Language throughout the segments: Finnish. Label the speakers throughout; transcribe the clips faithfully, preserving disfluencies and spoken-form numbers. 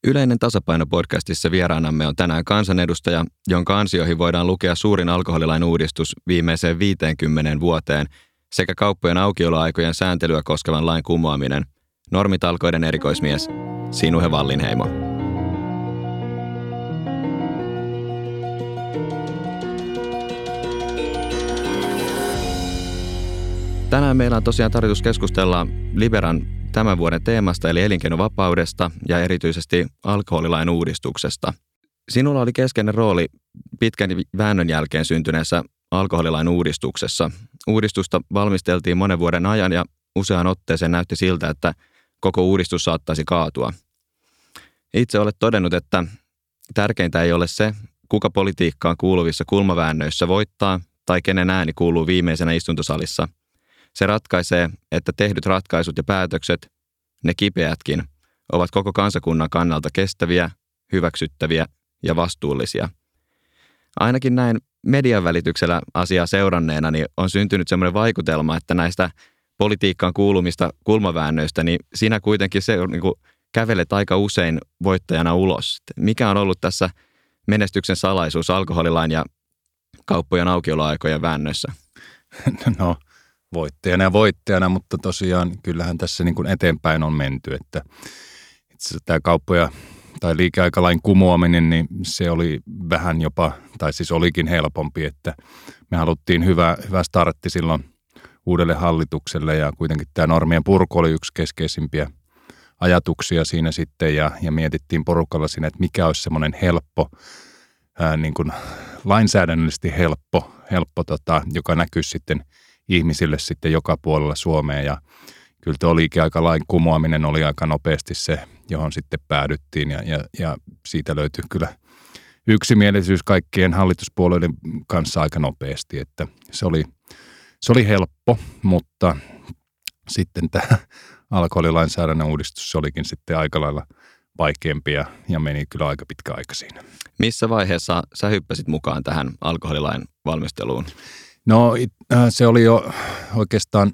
Speaker 1: Yleinen tasapaino podcastissa vieraanamme on tänään kansanedustaja, jonka ansioihin voidaan lukea suurin alkoholilain uudistus viimeiseen viiteenkymmeneen vuoteen sekä kauppojen aukioloaikojen sääntelyä koskevan lain kumoaminen. Normitalkoiden erikoismies Sinuhe Wallinheimo. Tänään meillä on tosiaan tarkoitus keskustella Liberan tämän vuoden teemasta eli elinkeinovapaudesta ja erityisesti alkoholilain uudistuksesta. Sinulla oli keskeinen rooli pitkän väännön jälkeen syntyneessä alkoholilain uudistuksessa. Uudistusta valmisteltiin monen vuoden ajan ja useaan otteeseen näytti siltä, että koko uudistus saattaisi kaatua. Itse olet todennut, että tärkeintä ei ole se, kuka politiikkaan kuuluvissa kulmaväännöissä voittaa tai kenen ääni kuuluu viimeisenä istuntosalissa. Se ratkaisee, että tehdyt ratkaisut ja päätökset, ne kipeätkin, ovat koko kansakunnan kannalta kestäviä, hyväksyttäviä ja vastuullisia. Ainakin näin median välityksellä asiaa seuranneena niin on syntynyt sellainen vaikutelma, että näistä politiikkaan kuulumista kulmaväännöistä, niin sinä kuitenkin se, niin kuin kävelet aika usein voittajana ulos. Mikä on ollut tässä menestyksen salaisuus alkoholilain ja kauppojen aukioloaikojen väännössä?
Speaker 2: No voittajana ja voittajana, mutta tosiaan kyllähän tässä niin kuin eteenpäin on menty, että itse asiassa tämä kauppoja tai liikeaikalain kumoaminen, niin se oli vähän jopa, tai siis olikin helpompi, että me haluttiin hyvä, hyvä startti silloin uudelle hallitukselle ja kuitenkin tämä normien purku oli yksi keskeisimpiä ajatuksia siinä sitten ja, ja mietittiin porukalla siinä, että mikä olisi semmoinen helppo, ää, niin kuin lainsäädännöllisesti helppo, helppo tota, joka näkyisi sitten ihmisille sitten joka puolella Suomea ja kyllä tuo liikeaikalain kumoaminen oli aika nopeasti se, johon sitten päädyttiin ja, ja, ja siitä löytyi kyllä yksimielisyys kaikkien hallituspuolueiden kanssa aika nopeasti, että se oli, se oli helppo, mutta sitten tämä alkoholilainsäädännön uudistus se olikin sitten aika lailla vaikeampi ja, ja meni kyllä aika pitkä aika siinä.
Speaker 1: Missä vaiheessa sä hyppäsit mukaan tähän alkoholilain valmisteluun?
Speaker 2: No se oli jo oikeastaan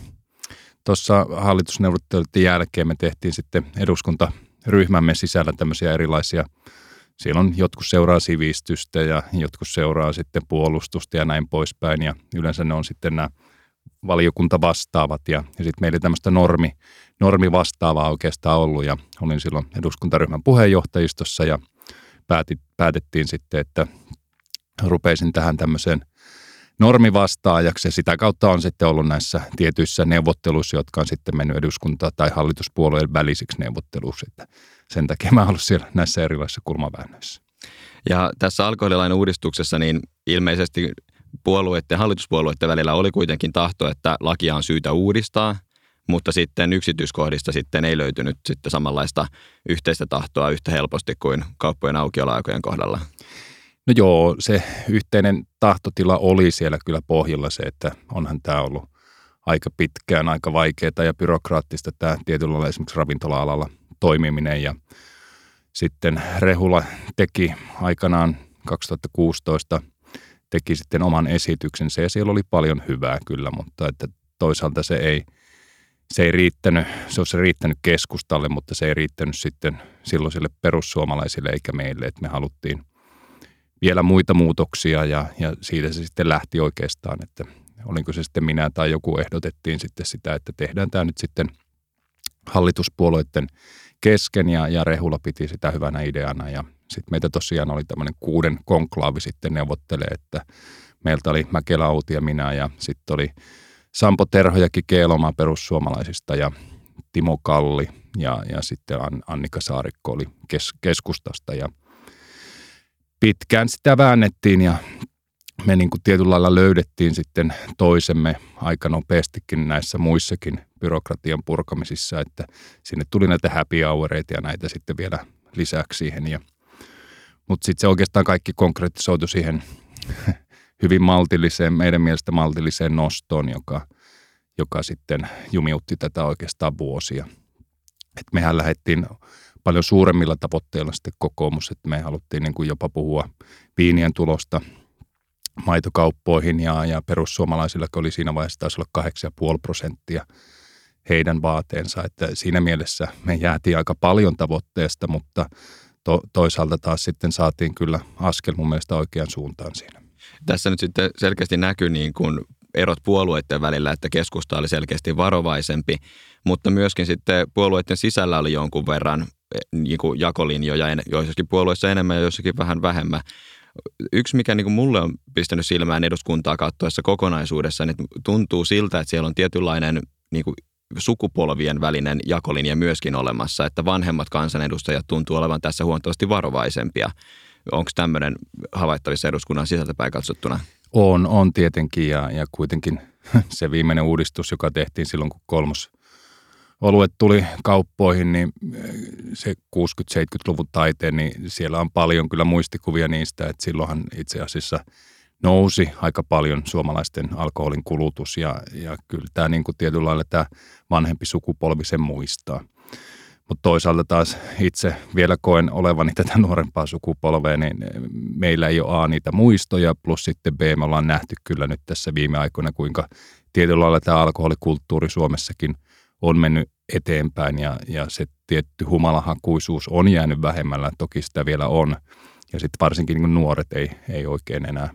Speaker 2: tuossa hallitusneuvottelujen jälkeen me tehtiin sitten eduskuntaryhmämme sisällä tämmöisiä erilaisia, siellä on jotkut seuraa sivistystä ja jotkut seuraa sitten puolustusta ja näin poispäin ja yleensä ne on sitten nämä valiokuntavastaavat ja, ja sitten meillä tämmöistä normi, normivastaavaa oikeastaan ollut ja olin silloin eduskuntaryhmän puheenjohtajistossa ja päätit, päätettiin sitten, että rupeisin tähän tämmöiseen normivastaajaksi ja sitä kautta on sitten ollut näissä tietyissä neuvotteluissa, jotka on sitten mennyt eduskunta- tai hallituspuolueen välisiksi neuvotteluiksi. Että sen takia mä olen ollut siellä näissä erilaisissa kulmaväännöissä.
Speaker 1: Ja tässä alkoholilain uudistuksessa niin ilmeisesti puolueiden, hallituspuolueiden välillä oli kuitenkin tahto, että lakia on syytä uudistaa, mutta sitten yksityiskohdista sitten ei löytynyt sitten samanlaista yhteistä tahtoa yhtä helposti kuin kauppojen aukioloaikojen kohdalla.
Speaker 2: No joo, se yhteinen tahtotila oli siellä kyllä pohjalla se, että onhan tämä ollut aika pitkään, aika vaikeaa ja byrokraattista tämä tietyllä lailla esimerkiksi ravintola-alalla toimiminen. Ja sitten Rehula teki aikanaan kaksituhattakuusitoista, teki sitten oman esityksensä ja siellä oli paljon hyvää kyllä, mutta että toisaalta se ei, se ei riittänyt, se olisi riittänyt keskustalle, mutta se ei riittänyt sitten silloisille perussuomalaisille eikä meille, että me haluttiin vielä muita muutoksia ja, ja siitä se sitten lähti oikeastaan, että olinko se sitten minä tai joku ehdotettiin sitten sitä, että tehdään tämä nyt sitten hallituspuolueiden kesken ja, ja Rehula piti sitä hyvänä ideana ja sitten meitä tosiaan oli tämmöinen kuuden konklaavi sitten neuvottelee, että meiltä oli Mäkelä, Outi ja minä ja sitten oli Sampo Terho ja Kike Elomaa perussuomalaisista ja Timo Kalli ja, ja sitten Annika Saarikko oli kes, keskustasta ja pitkään sitä väännettiin ja me niin kuin tietyllä lailla löydettiin sitten toisemme aika nopeastikin näissä muissakin byrokratian purkamisissa, että sinne tuli näitä happy houreita ja näitä sitten vielä lisäksi siihen. Ja, mutta sitten se oikeastaan kaikki konkretisoitu siihen hyvin maltilliseen, meidän mielestä maltilliseen nostoon, joka, joka sitten jumiutti tätä oikeastaan vuosia. Et mehän lähdettiin paljon suuremmilla tavoitteilla sitten kokoomus, että me haluttiin niin kuin jopa puhua viinien tulosta maitokauppoihin ja, ja perussuomalaisilla oli siinä vaiheessa taisi olla kahdeksan pilkku viisi prosenttia heidän vaateensa. Että siinä mielessä me jäätiin aika paljon tavoitteesta, mutta to, toisaalta taas sitten saatiin kyllä askel mun mielestä oikeaan suuntaan siinä.
Speaker 1: Tässä nyt sitten selkeästi näkyy niin kuin erot puolueiden välillä, että keskusta oli selkeästi varovaisempi, mutta myöskin sitten puolueiden sisällä oli jonkun verran niin kuin jakolinjoja, joissakin puolueissa enemmän ja joissakin vähän vähemmän. Yksi, mikä niin kuin mulle on pistänyt silmään eduskuntaa katsoessa kokonaisuudessa, niin tuntuu siltä, että siellä on tietynlainen niin kuin sukupolvien välinen jakolinja myöskin olemassa, että vanhemmat kansanedustajat tuntuu olevan tässä huomattavasti varovaisempia. Onko tämmöinen havaittavissa eduskunnan sisältäpäin katsottuna?
Speaker 2: On, on tietenkin ja, ja kuitenkin se viimeinen uudistus, joka tehtiin silloin, kun kolmos oluet tuli kauppoihin, niin se kuusikymmentä-seitsemänkymmentäluvun taiteen, niin siellä on paljon kyllä muistikuvia niistä, että silloinhan itse asiassa nousi aika paljon suomalaisten alkoholin kulutus ja, ja kyllä tämä niin kuin tietyllä lailla tämä vanhempi sukupolvi sen muistaa. Mutta toisaalta taas itse vielä koen olevani tätä nuorempaa sukupolvea, niin meillä ei ole A niitä muistoja, plus sitten B me ollaan nähty kyllä nyt tässä viime aikoina, kuinka tietyllä lailla tämä alkoholikulttuuri Suomessakin on mennyt eteenpäin ja, ja se tietty humalahakuisuus on jäänyt vähemmällä, toki sitä vielä on. Ja sitten varsinkin niin kuin nuoret ei, ei oikein enää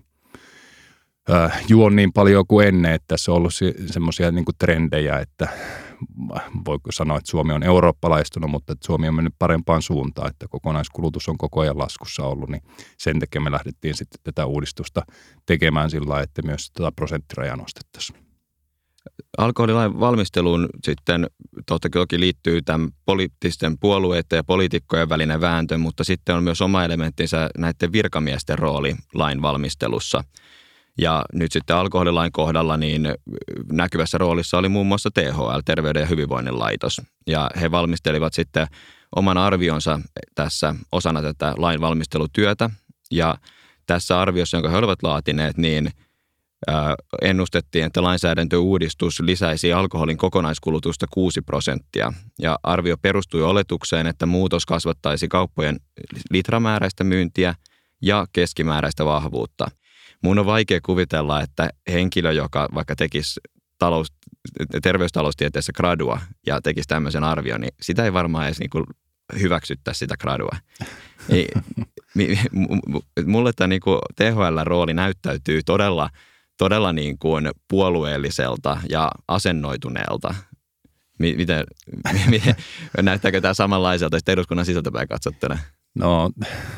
Speaker 2: ää, juo niin paljon kuin ennen, että tässä on ollut semmoisia niin kuin trendejä, että voiko sanoa, että Suomi on eurooppalaistunut, mutta että Suomi on mennyt parempaan suuntaan, että kokonaiskulutus on koko ajan laskussa ollut, niin sen takia me lähdettiin sitten tätä uudistusta tekemään sillä lailla, että myös tätä prosenttirajaa nostettaisiin.
Speaker 1: Alkoholilain valmisteluun sitten toki liittyy tämän poliittisten puolueiden ja poliitikkojen välinen vääntö, mutta sitten on myös oma elementtinsä näiden virkamiesten rooli lain valmistelussa. Ja nyt sitten alkoholilain kohdalla niin näkyvässä roolissa oli muun muassa T H L, Terveyden ja hyvinvoinnin laitos. Ja he valmistelivat sitten oman arvionsa tässä osana tätä lain valmistelutyötä. Ja tässä arviossa, jonka he olivat laatineet, niin ennustettiin, että lainsäädäntöuudistus lisäisi alkoholin kokonaiskulutusta kuusi prosenttia. Ja arvio perustui oletukseen, että muutos kasvattaisi kauppojen litramääräistä myyntiä ja keskimääräistä vahvuutta. Mun on vaikea kuvitella, että henkilö, joka vaikka tekisi talous, terveystaloustieteessä gradua ja tekisi tämmöisen arvion, niin sitä ei varmaan edes niin kuin hyväksyttäisi sitä gradua. Ei, mulle tämä niin kuin T H L-rooli näyttäytyy todella, todella niin kuin puolueelliselta ja asennoituneelta. Miten, miten, näyttääkö tämä samanlaiselta sitten eduskunnan sisältäpäin katsottuna?
Speaker 2: No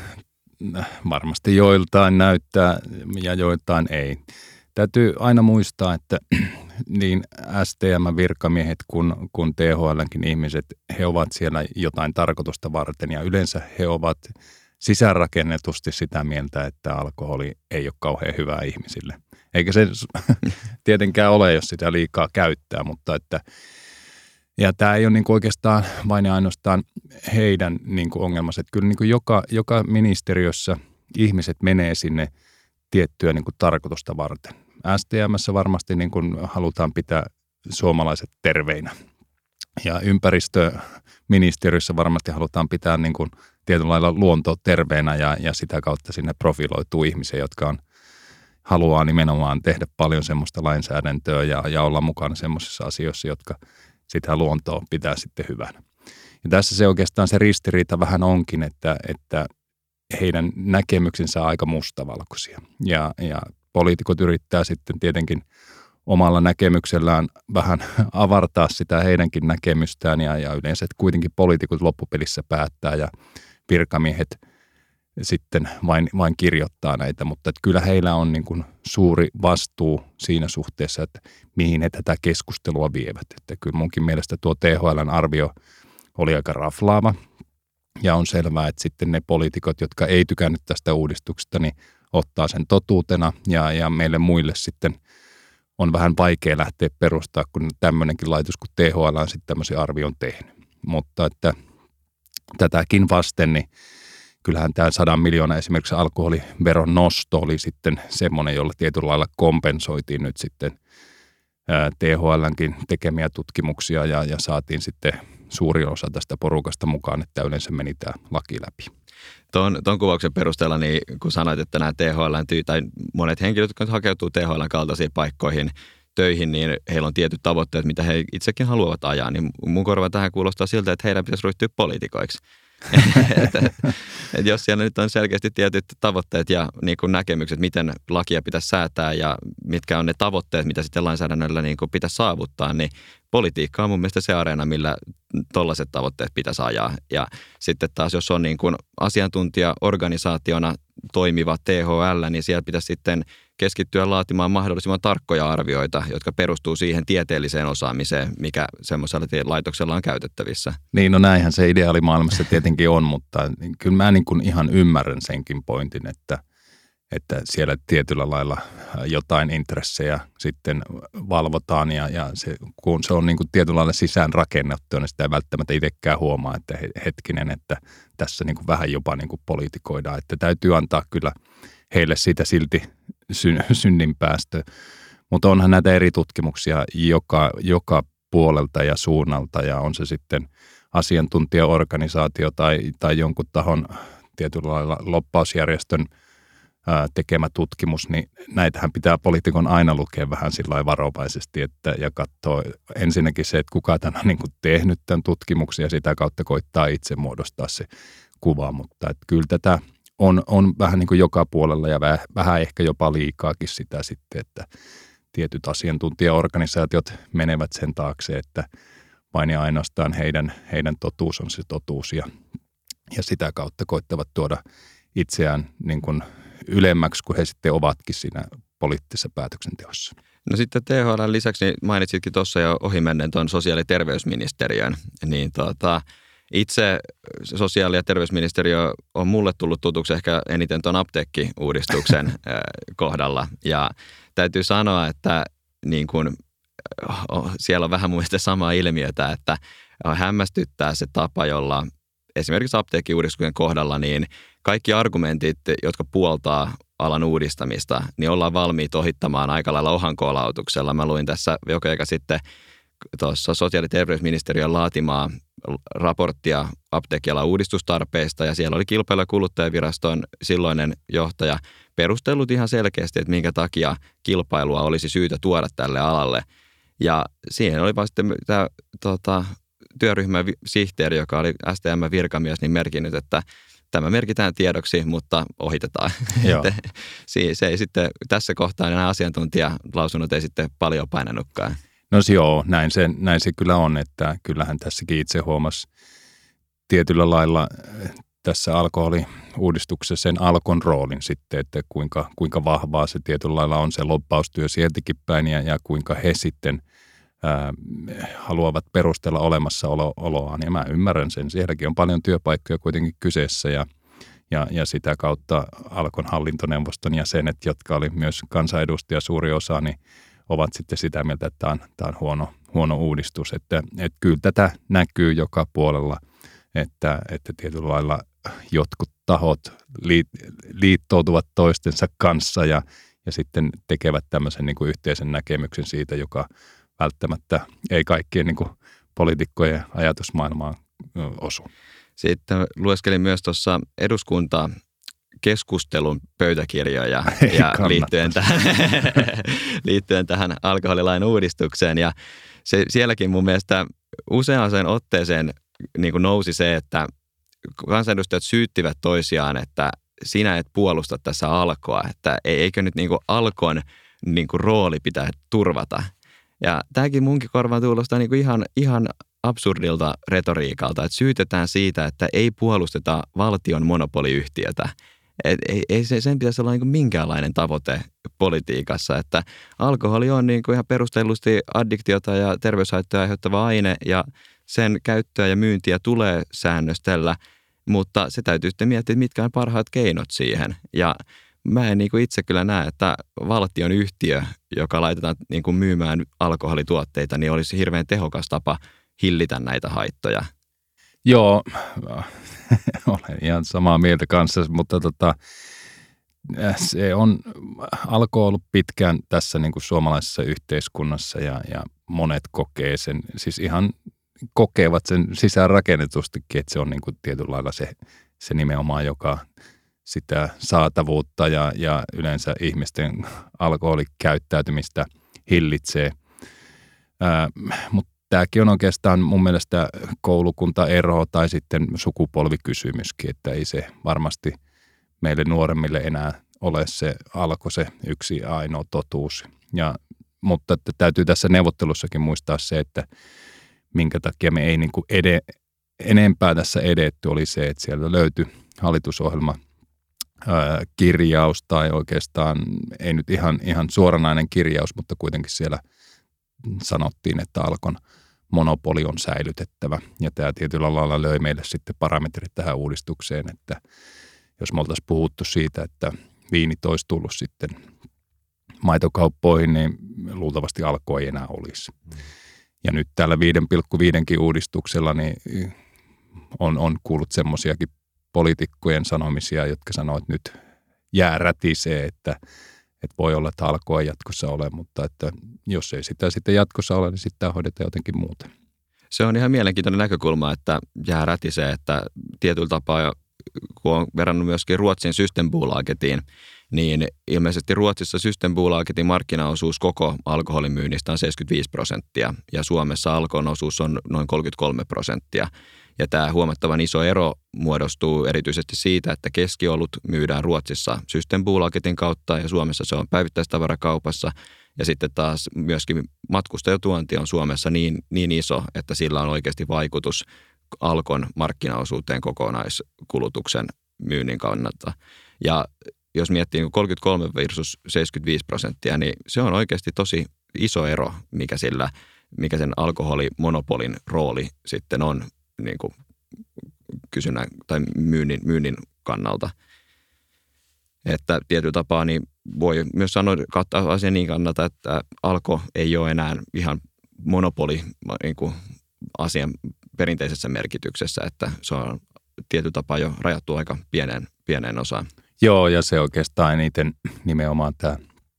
Speaker 2: varmasti joiltain näyttää ja joiltain ei. Täytyy aina muistaa, että niin S T M-virkamiehet kuin, kuin T H L:nkin ihmiset, he ovat siellä jotain tarkoitusta varten ja yleensä he ovat sisäänrakennetusti sitä mieltä, että alkoholi ei ole kauhean hyvää ihmisille. Eikä se tietenkään ole, jos sitä liikaa käyttää, mutta että ja tämä ei ole niin kuin oikeastaan vain ja ainoastaan heidän niin kuin ongelmansa. Että kyllä niin kuin joka, joka ministeriössä ihmiset menee sinne tiettyä niin kuin tarkoitusta varten. S T M:ssä varmasti niin kuin halutaan pitää suomalaiset terveinä. Ja ympäristöministeriössä varmasti halutaan pitää niin kuin tietyllä lailla luonto terveenä ja, ja sitä kautta sinne profiloituu ihmisiä, jotka on, haluaa nimenomaan tehdä paljon semmoista lainsäädäntöä ja, ja olla mukana semmoisissa asioissa, jotka sitä luontoa pitää sitten hyvänä. Ja tässä se oikeastaan se ristiriita vähän onkin, että, että heidän näkemyksensä on aika mustavalkoisia. Ja, ja poliitikot yrittää sitten tietenkin omalla näkemyksellään vähän avartaa sitä heidänkin näkemystään ja, ja yleensä kuitenkin poliitikot loppupelissä päättää ja virkamiehet sitten vain, vain kirjoittaa näitä, mutta että kyllä heillä on niin kuin suuri vastuu siinä suhteessa, että mihin he tätä keskustelua vievät. Että kyllä munkin mielestä tuo T H L:n arvio oli aika raflaava ja on selvää, että sitten ne poliitikot, jotka ei tykännyt tästä uudistuksesta, niin ottaa sen totuutena ja, ja meille muille sitten on vähän vaikea lähteä perustaa, kun tämmöinenkin laitos kuin T H L on sitten tämmöisen arvion tehnyt. Mutta että tätäkin vasten, niin kyllähän tämä sadan miljoonaa esimerkiksi alkoholiveron nosto oli sitten semmoinen, jolla tietyllä lailla kompensoitiin nyt sitten T H L:nkin tekemiä tutkimuksia ja, ja saatiin sitten suuri osa tästä porukasta mukaan, että yleensä meni tämä laki läpi.
Speaker 1: Tuon, tuon kuvauksen perusteella, niin kun sanoit, että nämä T H L tai monet henkilöt, jotka hakeutuu T H L:n kaltaisiin paikkoihin, töihin, niin heillä on tietyt tavoitteet, mitä he itsekin haluavat ajaa. Niin mun korva tähän kuulostaa siltä, että heidän pitäisi ryhtyä poliitikoiksi. että, että jos siellä nyt on selkeästi tietyt tavoitteet ja niin kuin näkemykset, miten lakia pitäisi säätää ja mitkä on ne tavoitteet, mitä sitten lainsäädännöllä niin kuin pitäisi saavuttaa, niin politiikka on mun mielestä se areena, millä tollaiset tavoitteet pitäisi ajaa. Ja sitten taas, jos on niin kuin asiantuntijaorganisaationa toimiva T H L, niin siellä pitäisi sitten keskittyä laatimaan mahdollisimman tarkkoja arvioita, jotka perustuu siihen tieteelliseen osaamiseen, mikä semmoisella laitoksella on käytettävissä.
Speaker 2: Niin, no näinhän se ideaalimaailmassa tietenkin on, mutta kyllä mä niin kuin ihan ymmärrän senkin pointin, että, että siellä tietyllä lailla jotain intressejä sitten valvotaan ja, ja se, kun se on niin kuin tietyllä lailla sisään rakennettu, niin sitä ei välttämättä itsekään huomaa, että hetkinen, että tässä niin kuin vähän jopa niin kuin politikoidaan, että täytyy antaa kyllä heille siitä silti synninpäästö. Mutta onhan näitä eri tutkimuksia joka, joka puolelta ja suunnalta ja on se sitten asiantuntijaorganisaatio tai, tai jonkun tahon tietyllä lailla lobbausjärjestön ää, tekemä tutkimus, niin näitähän pitää poliitikon aina lukea vähän sillä lailla varovaisesti että, ja katsoa ensinnäkin se, että kuka tämän on niin kuin tehnyt tämän tutkimuksen ja sitä kautta koittaa itse muodostaa se kuva, mutta että kyllä tätä On, on vähän niin kuin joka puolella ja vähän, vähän ehkä jopa liikaakin sitä sitten, että tietyt asiantuntijaorganisaatiot menevät sen taakse, että vain ja ainoastaan heidän, heidän totuus on se totuus ja, ja sitä kautta koittavat tuoda itseään niin kuin ylemmäksi, kun he sitten ovatkin siinä poliittisessa päätöksenteossa.
Speaker 1: No sitten T H L lisäksi niin mainitsitkin tuossa jo ohimennen tuon sosiaali- ja terveysministeriön, niin tuota, itse sosiaali- ja terveysministeriö on mulle tullut tutuksi ehkä eniten tuon apteekkiuudistuksen kohdalla. Ja täytyy sanoa, että niin kun, siellä on vähän mun mielestä samaa ilmiötä, että hämmästyttää se tapa, jolla esimerkiksi apteekkiuudistuksen kohdalla niin kaikki argumentit, jotka puoltaa alan uudistamista, niin ollaan valmiit ohittamaan aika lailla ohankolautuksella. Mä luin tässä joku aika sitten tuossa sosiaali- ja terveysministeriön laatimaa raporttia apteekkialan uudistustarpeista ja siellä oli Kilpailu- ja kuluttajaviraston silloinen johtaja perustellut ihan selkeästi, että minkä takia kilpailua olisi syytä tuoda tälle alalle. Ja siihen oli vasta tämä tota, työryhmän sihteeri, joka oli S T M-virkamies, niin merkinnyt, että tämä merkitään tiedoksi, mutta ohitetaan. se, se ei sitten, tässä kohtaa nämä asiantuntijalausunnot ei sitten paljon painanutkaan.
Speaker 2: No joo, näin se, näin se kyllä on, että kyllähän tässäkin itse huomasi tietyllä lailla tässä alkoholiuudistuksessa sen Alkon roolin sitten, että kuinka, kuinka vahvaa se tietyllä lailla on se lobbaustyö sieltäkin päin ja, ja kuinka he sitten ää, haluavat perustella olemassaoloaan. Ja mä ymmärrän sen, sielläkin on paljon työpaikkoja kuitenkin kyseessä ja, ja, ja sitä kautta Alkon hallintoneuvoston jäsenet, jotka oli myös kansanedustaja suuri osa, niin ovat sitten sitä mieltä, että tämä on, tämä on huono, huono uudistus. Että, että kyllä tätä näkyy joka puolella, että, että tietyllä lailla jotkut tahot liittoutuvat toistensa kanssa ja, ja sitten tekevät tämmöisen niin kuin yhteisen näkemyksen siitä, joka välttämättä ei kaikkien niin kuin poliitikkojen ajatusmaailmaan osu.
Speaker 1: Sitten lueskelin myös tuossa eduskuntaa keskustelun pöytäkirjoja ja liittyen tähän, liittyen tähän alkoholilain uudistukseen. Ja se, sielläkin mun mielestä useaan otteeseen niin kuin nousi se, että kansanedustajat syyttivät toisiaan, että sinä et puolusta tässä Alkoa, että eikö nyt niin kuin Alkon niin kuin rooli pitää turvata. Ja tämäkin munkin korvaan kuulostaa niin kuin ihan, ihan absurdilta retoriikalta, että syytetään siitä, että ei puolusteta valtion monopoliyhtiötä. Et ei, ei se, sen pitäisi olla niin kuin minkäänlainen tavoite politiikassa, että alkoholi on niin kuin ihan perustellusti addiktiota ja terveyshaittoja aiheuttava aine ja sen käyttöä ja myyntiä tulee säännöstellä, mutta se täytyy sitten miettiä, mitkä on parhaat keinot siihen. Ja mä en niin kuin itse kyllä näe, että valtion yhtiö, joka laitetaan niin kuin myymään alkoholituotteita, niin olisi hirveän tehokas tapa hillitä näitä haittoja.
Speaker 2: Joo, olen ihan samaa mieltä kanssa, mutta tota, se on, alkoi ollut pitkään tässä niin kuin suomalaisessa yhteiskunnassa ja, ja monet kokee sen, siis ihan kokevat sen sisään rakennetustikin, että se on niin kuin tietyllä lailla se, se nimenomaan, joka sitä saatavuutta ja, ja yleensä ihmisten alkoholikäyttäytymistä hillitsee. Mutta tämäkin on oikeastaan mun mielestä koulukuntaero tai sitten sukupolvikysymyskin, että ei se varmasti meille nuoremmille enää ole se alko se yksi ainoa totuus. Ja, mutta että täytyy tässä neuvottelussakin muistaa se, että minkä takia me ei niin kuin ede, enempää tässä edetty oli se, että siellä löytyi hallitusohjelma ää, kirjaus tai oikeastaan ei nyt ihan, ihan suoranainen kirjaus, mutta kuitenkin siellä sanottiin, että Alkon monopoli on säilytettävä. Ja tämä tietyllä lailla löi meille sitten parametrit tähän uudistukseen, että jos me oltaisiin puhuttu siitä, että viinit olisi tullut sitten maitokauppoihin, niin luultavasti Alko ei enää olisi. Mm. Ja nyt täällä viisi pilkku viisi uudistuksella niin on, on kuullut semmoisiakin poliitikkojen sanomisia, jotka sanoo, että nyt jää rätisee, että, että voi olla, että Alkoa ei jatkossa ole, mutta että jos ei sitä sitten jatkossa ole, niin sitten hoidetaan jotenkin muuten.
Speaker 1: Se on ihan mielenkiintoinen näkökulma, että jää rätisee, että tietyllä tapaa, kun on verrannut myöskin Ruotsin Systembolagetiin, niin ilmeisesti Ruotsissa Systembolagetin markkinaosuus koko alkoholin myynnistä on seitsemänkymmentäviisi prosenttia ja Suomessa Alkon osuus on noin kolmekymmentäkolme prosenttia. Ja tämä huomattavan iso ero muodostuu erityisesti siitä, että keskiolut myydään Ruotsissa Systembolagetin kautta ja Suomessa se on päivittäistavarakaupassa. Ja sitten taas myöskin matkustajatuonti on Suomessa niin, niin iso, että sillä on oikeasti vaikutus Alkon markkinaosuuteen kokonaiskulutuksen myynnin kannalta. Ja jos miettii kolmekymmentäkolme versus seitsemänkymmentäviisi prosenttia, niin se on oikeasti tosi iso ero, mikä, sillä, mikä sen alkoholimonopolin rooli sitten on niin kuin kysynnän tai myynnin, myynnin kannalta. Että tietyllä tapaa niin voi myös sanoa kattaa asian niin kannalta, että Alko ei ole enää ihan monopoli niin kuin asian perinteisessä merkityksessä, että se on tietyllä tapaa jo rajattu aika pieneen, pieneen osaan.
Speaker 2: Joo, ja se oikeastaan eniten nimenomaan tämä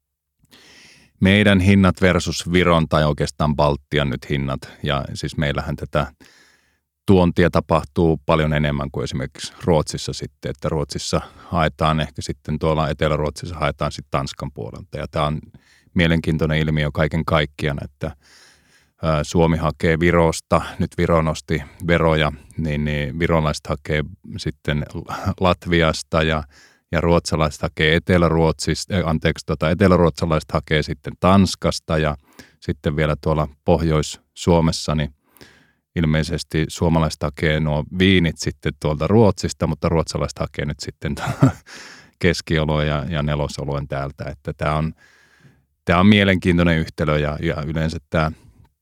Speaker 2: meidän hinnat versus Viron tai oikeastaan Baltian nyt hinnat. Ja siis meillähän tätä tuontia tapahtuu paljon enemmän kuin esimerkiksi Ruotsissa sitten, että Ruotsissa haetaan ehkä sitten tuolla Etelä-Ruotsissa haetaan sitten Tanskan puolelta. Ja tämä on mielenkiintoinen ilmiö kaiken kaikkiaan, että Suomi hakee Virosta, nyt Viro nosti veroja, niin, niin virolaiset hakee sitten Latviasta ja, ja ruotsalaiset hakee Etelä-Ruotsista, anteeksi, tota, eteläruotsalaiset hakee sitten Tanskasta ja sitten vielä tuolla Pohjois-Suomessa, niin ilmeisesti suomalaiset hakee nuo viinit sitten tuolta Ruotsista, mutta ruotsalaiset hakee nyt sitten keskioloa ja, ja nelosoloen täältä, että tämä on, tämä on mielenkiintoinen yhtälö ja, ja yleensä tämä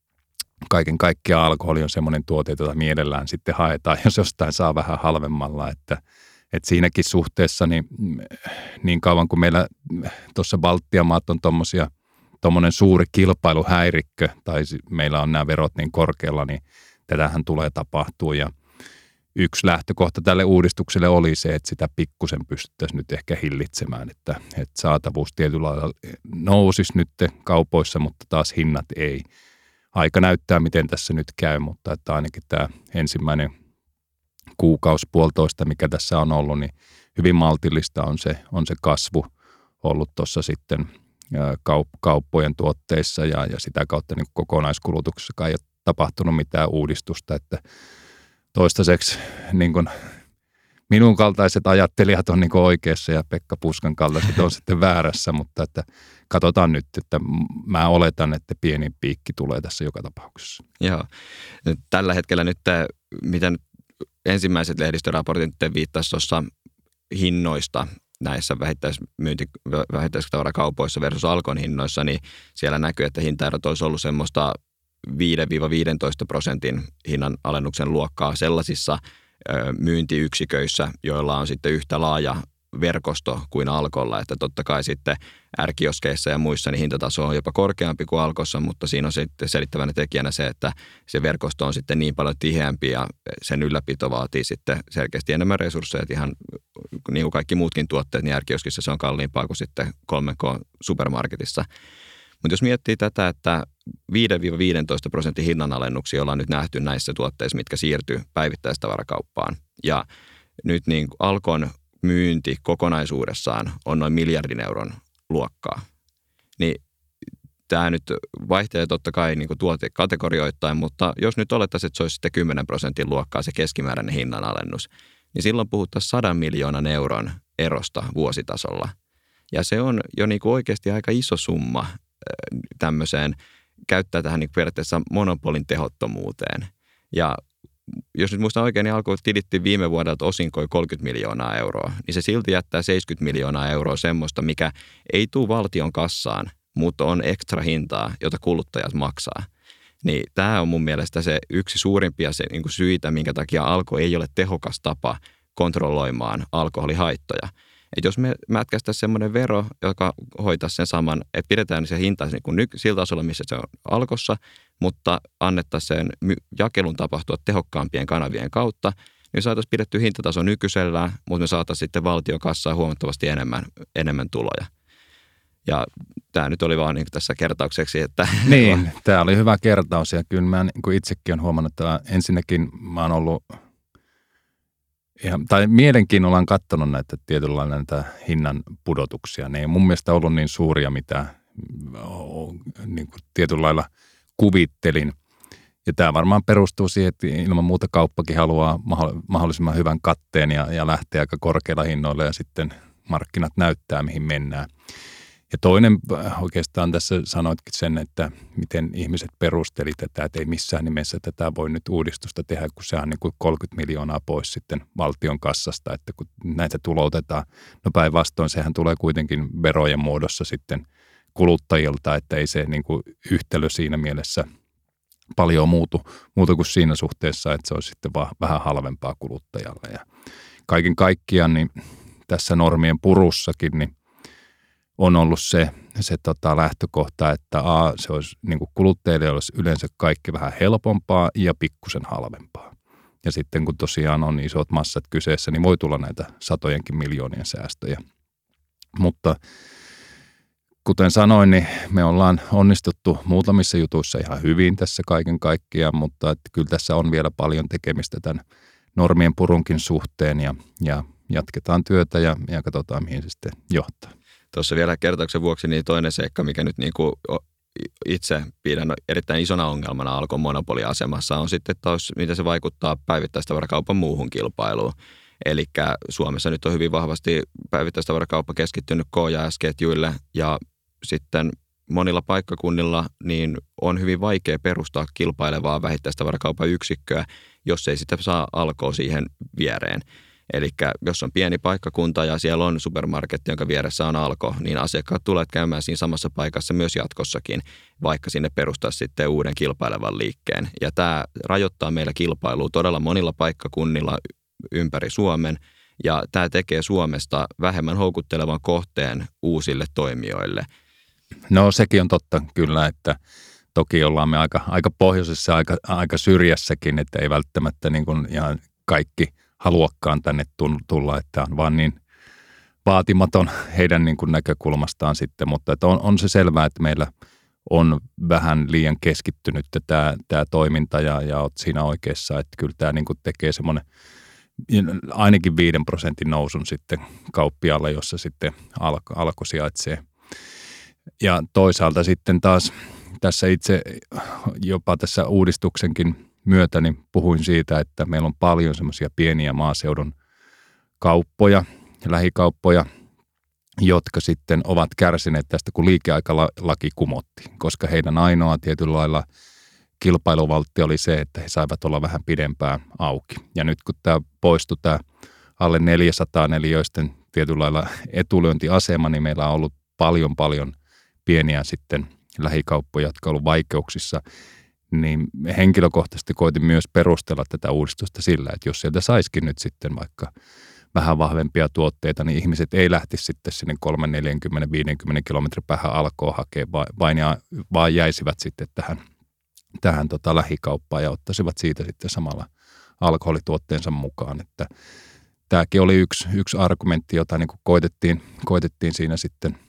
Speaker 2: kaiken kaikkiaan alkoholi on semmoinen tuote, jota mielellään sitten haetaan, jos jostain saa vähän halvemmalla, että, että siinäkin suhteessa niin, niin kauan kuin meillä tuossa Baltian maat on tommosia, tommoinen suuri kilpailuhäirikkö tai meillä on nämä verot niin korkealla, niin tätähän tulee tapahtua ja yksi lähtökohta tälle uudistukselle oli se, että sitä pikkusen pystyttäisiin nyt ehkä hillitsemään, että, että saatavuus tietyllä lailla nousisi nyt kaupoissa, mutta taas hinnat ei. Aika näyttää, miten tässä nyt käy, mutta että ainakin tämä ensimmäinen kuukausi puolitoista, mikä tässä on ollut, niin hyvin maltillista on se, on se kasvu ollut tuossa sitten kaup- kauppojen tuotteissa ja, ja sitä kautta niin kokonaiskulutuksessa ei ole tapahtunut mitään uudistusta, että toistaiseksi niin kuin minun kaltaiset ajattelijat on niin kuin oikeassa ja Pekka Puskan kaltaiset on sitten väärässä, mutta että katsotaan nyt, että mä oletan, että pieni piikki tulee tässä joka tapauksessa.
Speaker 1: Joo. Tällä hetkellä nyt, mitä nyt ensimmäiset lehdistöraportit nyt viittasivat tuossa hinnoista näissä vähittäismyynti, vähittäistavarakaupoissa versus Alkon hinnoissa, niin siellä näkyy, että hintaerot olisi ollut semmoista viisi viisitoista prosentin hinnan alennuksen luokkaa sellaisissa myyntiyksiköissä, joilla on sitten yhtä laaja verkosto kuin Alkolla, että totta kai sitten R-kioskeissa ja muissa niin hintataso on jopa korkeampi kuin Alkossa, mutta siinä on sitten selittävänä tekijänä se, että se verkosto on sitten niin paljon tiheämpi ja sen ylläpito vaatii sitten selkeästi enemmän resursseja, että ihan niin kuin kaikki muutkin tuotteet, niin R-kioskissa se on kalliimpaa kuin sitten kolme K-supermarketissa. Mutta jos miettii tätä, että viisi viisitoista prosentin hinnanalennuksia ollaan nyt nähty näissä tuotteissa, mitkä siirtyy päivittäistavarakauppaan. Ja nyt niin Alkon myynti kokonaisuudessaan on noin miljardin euron luokkaa. Niin tämä nyt vaihtelee totta kai niin kuin tuotekategorioittain, mutta jos nyt olettaisiin, että se olisi sitten kymmenen prosentin luokkaa se keskimääräinen hinnanalennus, niin silloin puhuttaisiin sadan miljoonan euron erosta vuositasolla. Ja se on jo niin kuin oikeasti aika iso summa tämmöiseen, käyttää tähän niin kuin periaatteessa monopolin tehottomuuteen. Ja jos nyt muistan oikein, niin Alko tilitti viime vuodelta osinkoi kolmekymmentä miljoonaa euroa, niin se silti jättää seitsemänkymmentä miljoonaa euroa semmoista, mikä ei tule valtion kassaan, mutta on ekstra hintaa, jota kuluttajat maksaa. Niin tämä on mun mielestä se yksi suurimpia se, niin kuin syitä, minkä takia Alko ei ole tehokas tapa kontrolloimaan alkoholihaittoja. Et jos me mätkästäisiin semmoinen vero, joka hoitaisi sen saman, että pidetään se hinta niin kuin nyt, sillä tasolla, missä se on Alkossa, mutta annettaisiin sen jakelun tapahtua tehokkaampien kanavien kautta, niin saataisiin pidetty hintataso nykyisellään, mutta me saataisiin sitten valtion kassaan huomattavasti enemmän, enemmän tuloja. Ja tämä nyt oli vaan niin tässä kertaukseksi, että...
Speaker 2: Niin, tämä oli hyvä kertaus ja kyllä mä niin kuin itsekin olen huomannut, että ensinnäkin mä oon ollut... Ihan, tai mielenkiinnolla on katsonut näitä tietynlailla näitä hinnan pudotuksia. Ne ei mun mielestä ollut niin suuria, mitä niin kuin tietyllä lailla kuvittelin. Ja tämä varmaan perustuu siihen, että ilman muuta kauppakin haluaa mahdollisimman hyvän katteen ja, ja lähtee aika korkeilla hinnoilla ja sitten markkinat näyttää, mihin mennään. Ja toinen oikeastaan tässä sanoitkin sen, että miten ihmiset perusteli tätä, että ei missään nimessä tätä voi nyt uudistusta tehdä, kun sehän on niin kuin kolmekymmentä miljoonaa pois sitten valtion kassasta, että kun näitä tuloutetaan. No päinvastoin sehän tulee kuitenkin verojen muodossa sitten kuluttajilta, että ei se niin kuin yhtälö siinä mielessä paljon muutu, muutu kuin siinä suhteessa, että se olisi sitten vaan vähän halvempaa kuluttajalle. Ja kaiken kaikkiaan niin tässä normien purussakin niin on ollut se, se tota lähtökohta, että a, se olisi, niin kuin kuluttajille olisi yleensä kaikki vähän helpompaa ja pikkusen halvempaa. Ja sitten kun tosiaan on isot massat kyseessä, niin voi tulla näitä satojenkin miljoonien säästöjä. Mutta kuten sanoin, niin me ollaan onnistuttu muutamissa jutuissa ihan hyvin tässä kaiken kaikkiaan, mutta että kyllä tässä on vielä paljon tekemistä tämän normien purunkin suhteen ja, ja jatketaan työtä ja, ja katsotaan, mihin se sitten johtaa.
Speaker 1: Tuossa vielä kertauksen vuoksi niin toinen seikka, mikä nyt niin kuin itse pidän erittäin isona ongelmana Alkon monopoliasemassa, on sitten taas, miten se vaikuttaa päivittäistavarakaupan muuhun kilpailuun. Eli Suomessa nyt on hyvin vahvasti päivittäistavarakauppa keskittynyt K- ja S-ketjuille ja sitten monilla paikkakunnilla niin on hyvin vaikea perustaa kilpailevaa vähittäistavarakaupan yksikköä, jos ei sitä saa Alkoa siihen viereen. Eli jos on pieni paikkakunta ja siellä on supermarketti, jonka vieressä on Alko, niin asiakkaat tulevat käymään siinä samassa paikassa myös jatkossakin, vaikka sinne perustaa sitten uuden kilpailevan liikkeen. Ja tämä rajoittaa meillä kilpailua todella monilla paikkakunnilla ympäri Suomen, ja tämä tekee Suomesta vähemmän houkuttelevan kohteen uusille toimijoille.
Speaker 2: No sekin on totta kyllä, että toki ollaan me aika, aika pohjoisessa, aika, aika syrjässäkin, että ei välttämättä niin kuin ihan kaikki haluakaan tänne tulla, että on vaan niin vaatimaton heidän niin kuin näkökulmastaan sitten, mutta että on, on se selvää, että meillä on vähän liian keskittynyt tämä, tämä toiminta ja, ja olet siinä oikeassa, että kyllä tämä niin kuin tekee semmoinen ainakin viiden prosentin nousun sitten kauppiaalla, jossa sitten alko, alko sijaitsee. Ja toisaalta sitten taas tässä itse jopa tässä uudistuksenkin myötä niin puhuin siitä, että meillä on paljon semmoisia pieniä maaseudun kauppoja, lähikauppoja, jotka sitten ovat kärsineet tästä, kun liikeaikalaki kumottiin, koska heidän ainoa tietyllä lailla kilpailuvaltti oli se, että he saivat olla vähän pidempään auki. Ja nyt kun tämä poistui tämä alle neljäsataa neliöisten tietyllä lailla etulyöntiasema, niin meillä on ollut paljon paljon pieniä sitten lähikauppoja, jotka on ollut vaikeuksissa, niin henkilökohtaisesti koitin myös perustella tätä uudistusta sillä, että jos sieltä saisikin nyt sitten vaikka vähän vahvempia tuotteita, niin ihmiset ei lähtisi sitten sinne kolme, neljäkymmentä, viisikymmentä kilometrin päähän Alkoa hakemaan, vain ja, vaan jäisivät sitten tähän, tähän tota lähikauppaan ja ottaisivat siitä sitten samalla alkoholituotteensa mukaan. Että tämäkin oli yksi, yksi argumentti, jota niin kuin koitettiin, koitettiin siinä sitten,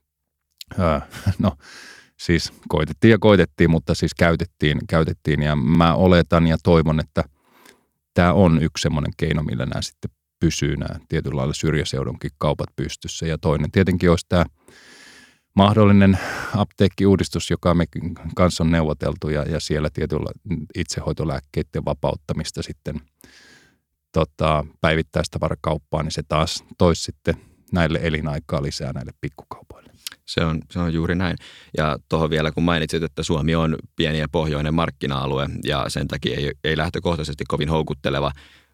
Speaker 2: ää, no siis koitettiin ja koitettiin, mutta siis käytettiin, käytettiin ja mä oletan ja toivon, että tämä on yksi semmoinen keino, millä nämä sitten pysyy nämä tietyllä lailla syrjäseudunkin kaupat pystyssä. Ja toinen tietenkin olisi tämä mahdollinen apteekkiuudistus, joka me kanssa on neuvoteltu ja, ja siellä tietyllä itsehoitolääkkeiden vapauttamista sitten tota, päivittäistavarakauppaan, niin se taas toisi sitten näille elinaikaa lisää näille pikkukaupoille.
Speaker 1: Se on, se on juuri näin. Ja tuohon vielä, kun mainitsit, että Suomi on pieni ja pohjoinen markkina-alue ja sen takia ei, ei lähtökohtaisesti kovin houkutteleva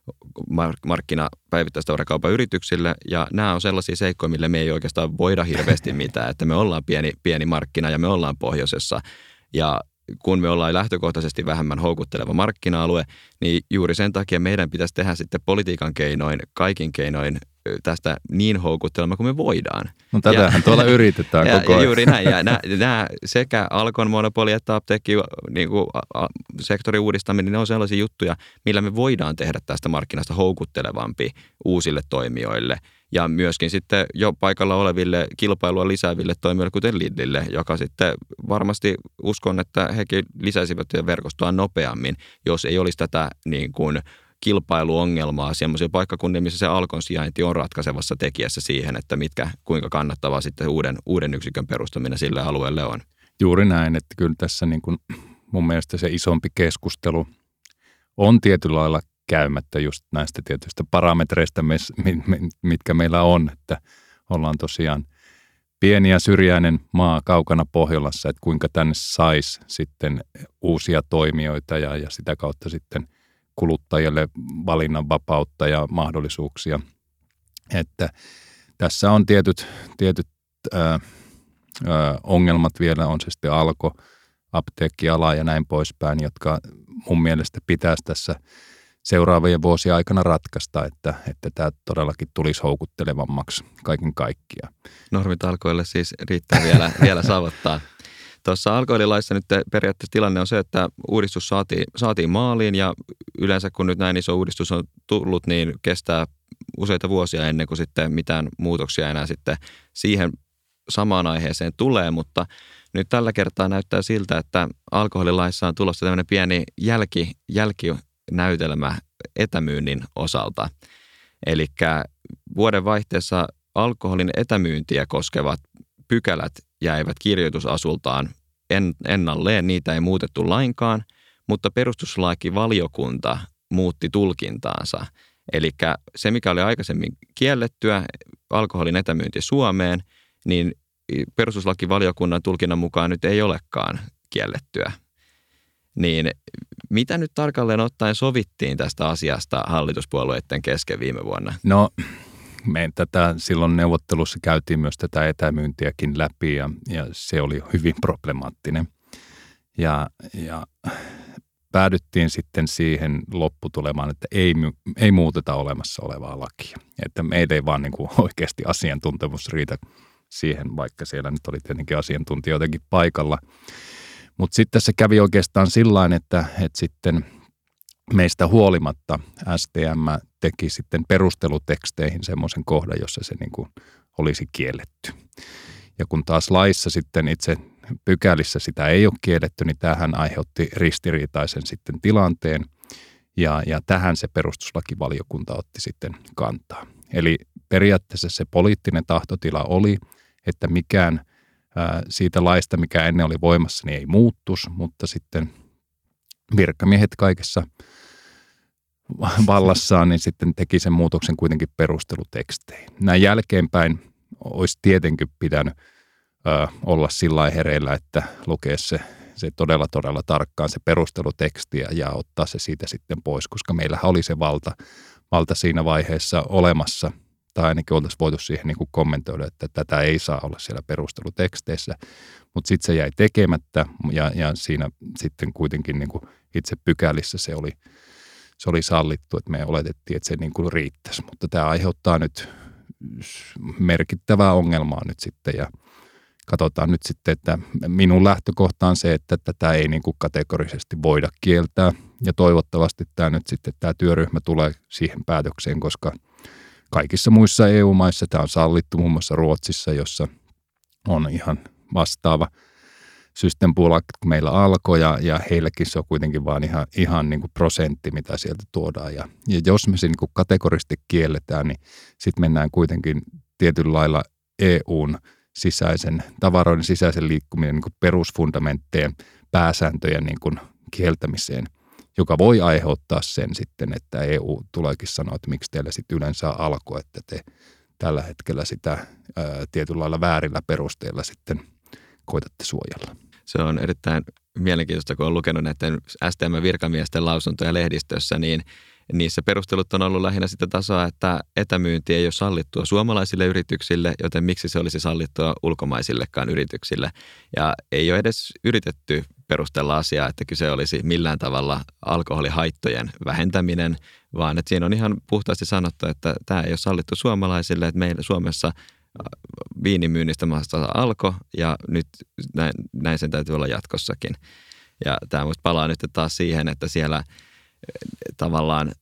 Speaker 1: markkina päivittäistavarakaupan yrityksille. Ja nämä on sellaisia seikkoja, mille me ei oikeastaan voida hirveästi mitään, että me ollaan pieni, pieni markkina ja me ollaan pohjoisessa. Ja kun me ollaan lähtökohtaisesti vähemmän houkutteleva markkina-alue, niin juuri sen takia meidän pitäisi tehdä sitten politiikan keinoin, kaikin keinoin tästä niin houkuttelema kuin me voidaan.
Speaker 2: No tätähän ja, tuolla yritetään
Speaker 1: ja,
Speaker 2: koko ajan.
Speaker 1: Ja juuri näin. Ja nämä, nämä sekä Alkon monopoli että apteekki niin kuin, a, sektorin uudistaminen, ne on sellaisia juttuja, millä me voidaan tehdä tästä markkinasta houkuttelevampi uusille toimijoille. Ja myöskin sitten jo paikalla oleville kilpailua lisääville toimijoille, kuten Lidlille, joka sitten varmasti uskon, että hekin lisäisivät verkostoa nopeammin, jos ei olisi tätä niin kuin kilpailuongelmaa semmoisia paikkakunnia, missä se Alkon sijainti on ratkaisevassa tekijässä siihen, että mitkä, kuinka kannattavaa sitten uuden, uuden yksikön perustaminen sille alueelle on.
Speaker 2: Juuri näin, että kyllä tässä niin kuin mun mielestä se isompi keskustelu on tietyllä lailla käymättä just näistä tietyistä parametreista, mitkä meillä on, että ollaan tosiaan pieni ja syrjäinen maa kaukana Pohjolassa, että kuinka tänne saisi sitten uusia toimijoita ja, ja sitä kautta sitten kuluttajille valinnanvapautta ja mahdollisuuksia. Että tässä on tietyt, tietyt ää, ää, ongelmat vielä, on se sitten Alko, apteekkiala ja näin poispäin, jotka mun mielestä pitäisi tässä seuraavien vuosien aikana ratkaista, että, että tämä todellakin tulisi houkuttelevammaksi kaiken kaikkiaan.
Speaker 1: Normitalkoille siis riittää vielä, vielä saavuttaa. Tuossa alkoholilaissa nyt periaatteessa tilanne on se, että uudistus saatiin, saatiin maaliin ja yleensä kun nyt näin iso uudistus on tullut, niin kestää useita vuosia ennen kuin sitten mitään muutoksia enää sitten siihen samaan aiheeseen tulee, mutta nyt tällä kertaa näyttää siltä, että alkoholilaissa on tulossa tämmöinen pieni jälki, jälkinäytelmä etämyynnin osalta. Eli vuoden vaihteessa alkoholin etämyyntiä koskevat pykälät jäivät kirjoitusasultaan ennalleen, niitä ei muutettu lainkaan, mutta perustuslakivaliokunta muutti tulkintaansa. Eli se, mikä oli aikaisemmin kiellettyä, alkoholin etämyynti Suomeen, niin perustuslakivaliokunnan tulkinnan mukaan nyt ei olekaan kiellettyä. Niin mitä nyt tarkalleen ottaen sovittiin tästä asiasta hallituspuolueiden kesken viime vuonna?
Speaker 2: No, me tätä silloin neuvottelussa käytiin myös tätä etämyyntiäkin läpi ja, ja se oli hyvin problemaattinen. Ja, ja päädyttiin sitten siihen lopputulemaan, että ei, ei muuteta olemassa olevaa lakia. Että meillä ei vaan niin kuin oikeasti asiantuntemus riitä siihen, vaikka siellä nyt oli tietenkin asiantuntijoitakin paikalla. Mutta sitten se kävi oikeastaan sillain, että, että sitten meistä huolimatta S T M teki sitten perusteluteksteihin semmoisen kohdan, jossa se niin kuin olisi kielletty. Ja kun taas laissa sitten itse pykälissä sitä ei ole kielletty, niin tämähän aiheutti ristiriitaisen sitten tilanteen. Ja, ja tähän se perustuslakivaliokunta otti sitten kantaa. Eli periaatteessa se poliittinen tahtotila oli, että mikään ää, siitä laista, mikä ennen oli voimassa, niin ei muuttuisi, mutta sitten virkamiehet kaikessa vallassaan niin sitten teki sen muutoksen kuitenkin perusteluteksteihin. Näin jälkeenpäin olisi tietenkin pitänyt ää, olla sillä hereillä, että lukee se, se todella todella tarkkaan se perusteluteksti ja, ja ottaa se siitä sitten pois, koska meillähän oli se valta, valta siinä vaiheessa olemassa, tai ainakin oltaisiin voitu siihen niin kuin kommentoida, että tätä ei saa olla siellä perusteluteksteissä, mutta sitten se jäi tekemättä ja, ja siinä sitten kuitenkin niin kuin itse pykälissä se oli, se oli sallittu, että me oletettiin, että se niin kuin riittäisi, mutta tämä aiheuttaa nyt merkittävää ongelmaa nyt sitten ja katsotaan nyt sitten, että minun lähtökohta on se, että tätä ei niin kuin kategorisesti voida kieltää ja toivottavasti tämä nyt sitten tämä työryhmä tulee siihen päätökseen, koska kaikissa muissa E U-maissa tämä on sallittu, muun muassa Ruotsissa, jossa on ihan vastaava systempuolak kuin meillä alkoi ja, ja heilläkin se on kuitenkin vaan ihan, ihan niin kuin prosentti, mitä sieltä tuodaan. Ja, ja jos me se niin kuin kategorisesti kielletään, niin sitten mennään kuitenkin tietyllä lailla E U:n sisäisen, tavaroiden sisäisen liikkuminen niin kuin perusfundamentteen pääsääntöjen niin kuin kieltämiseen, joka voi aiheuttaa sen sitten, että E U tuleekin sanoa, että miksi teillä sitten yleensä alkoi, että te tällä hetkellä sitä ää, tietyllä lailla väärillä perusteilla sitten koitatte suojella.
Speaker 1: Se on erittäin mielenkiintoista, kun on lukenut näiden S T M-virkamiesten lausuntoja lehdistössä, niin niissä perustelut on ollut lähinnä sitä tasoa, että etämyynti ei ole sallittua suomalaisille yrityksille, joten miksi se olisi sallittua ulkomaisillekaan yrityksille. Ja ei ole edes yritetty perustella asiaa, että kyse olisi millään tavalla alkoholihaittojen vähentäminen, vaan että siinä on ihan puhtaasti sanottu, että tämä ei ole sallittu suomalaisille, että meillä Suomessa viinimyynnistä maasta alkoi ja nyt näin, näin sen täytyy olla jatkossakin. Ja tämä musta palaa nyt taas siihen, että siellä tavallaan,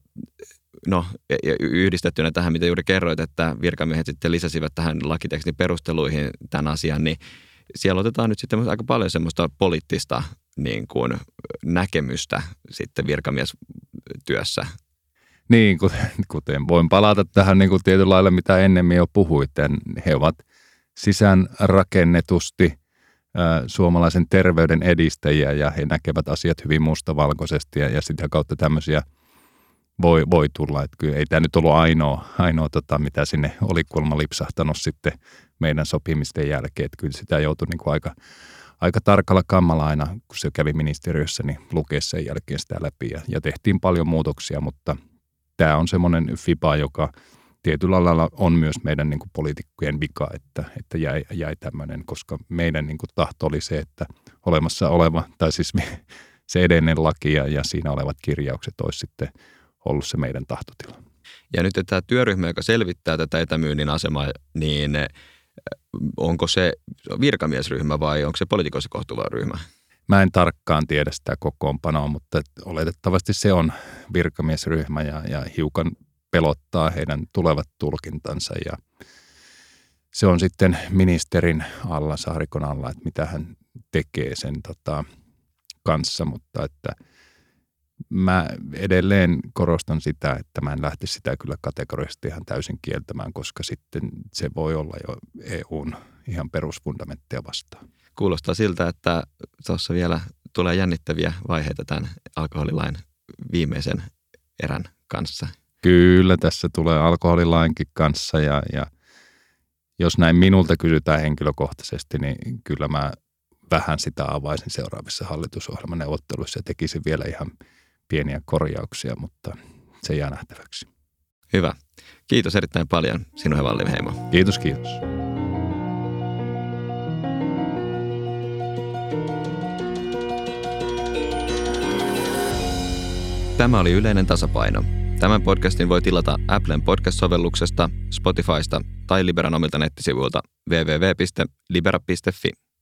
Speaker 1: no yhdistettynä tähän, mitä juuri kerroit, että virkamiehet sitten lisäsivät tähän lakitekstin perusteluihin tämän asian, niin siellä otetaan nyt sitten aika paljon semmoista poliittista niin kuin näkemystä sitten virkamiestyössä.
Speaker 2: Niin, kuten voin palata tähän niin kuin tietyllä lailla, mitä ennemmin jo puhuit. He ovat sisäänrakennetusti äh, suomalaisen terveyden edistäjiä ja he näkevät asiat hyvin mustavalkoisesti ja, ja sitä kautta tämmöisiä voi, voi tulla. Että kyllä ei tämä nyt ollut ainoa, ainoa tota, mitä sinne oli kuulemma lipsahtanut sitten meidän sopimisten jälkeen. Että kyllä sitä joutui niin kuin aika, aika tarkalla kammalla aina, kun se kävi ministeriössä, niin lukea sen jälkeen sitä läpi ja, ja tehtiin paljon muutoksia, mutta tämä on semmoinen fiba, joka tietyllä lailla on myös meidän niin kuin poliitikkojen vika, että, että jäi, jäi tämmöinen, koska meidän niin kuin tahto oli se, että olemassa oleva, tai siis se edellinen laki ja, ja siinä olevat kirjaukset olisi sitten ollut se meidän tahtotila.
Speaker 1: Ja nyt tämä työryhmä, joka selvittää tätä etämyynnin asemaa, niin onko se virkamiesryhmä vai onko se poliitikoissa kohtuva ryhmä?
Speaker 2: Mä en tarkkaan tiedä sitä kokoonpanoa, mutta oletettavasti se on virkamiesryhmä ja, ja hiukan pelottaa heidän tulevat tulkintansa. Ja se on sitten ministerin alla, Saarikon alla, että mitä hän tekee sen tota, kanssa. Mutta että mä edelleen korostan sitä, että mä en lähtisi sitä kyllä kategorisesti ihan täysin kieltämään, koska sitten se voi olla jo E U:n ihan perusfundamentteja vastaan.
Speaker 1: Kuulostaa siltä, että tuossa vielä tulee jännittäviä vaiheita tämän alkoholilain viimeisen erän kanssa.
Speaker 2: Kyllä, tässä tulee alkoholilainkin kanssa ja, ja jos näin minulta kysytään henkilökohtaisesti, niin kyllä mä vähän sitä avaisin seuraavissa hallitusohjelmaneuvotteluissa ja tekisin vielä ihan pieniä korjauksia, mutta se jää nähtäväksi.
Speaker 1: Hyvä. Kiitos erittäin paljon, Sinuhe Wallinheimo.
Speaker 2: Kiitos, kiitos.
Speaker 1: Tämä oli Yleinen tasapaino. Tämän podcastin voi tilata Applen podcast-sovelluksesta, Spotifysta tai Liberan omilta nettisivuilta double-u double-u double-u piste libera piste fi.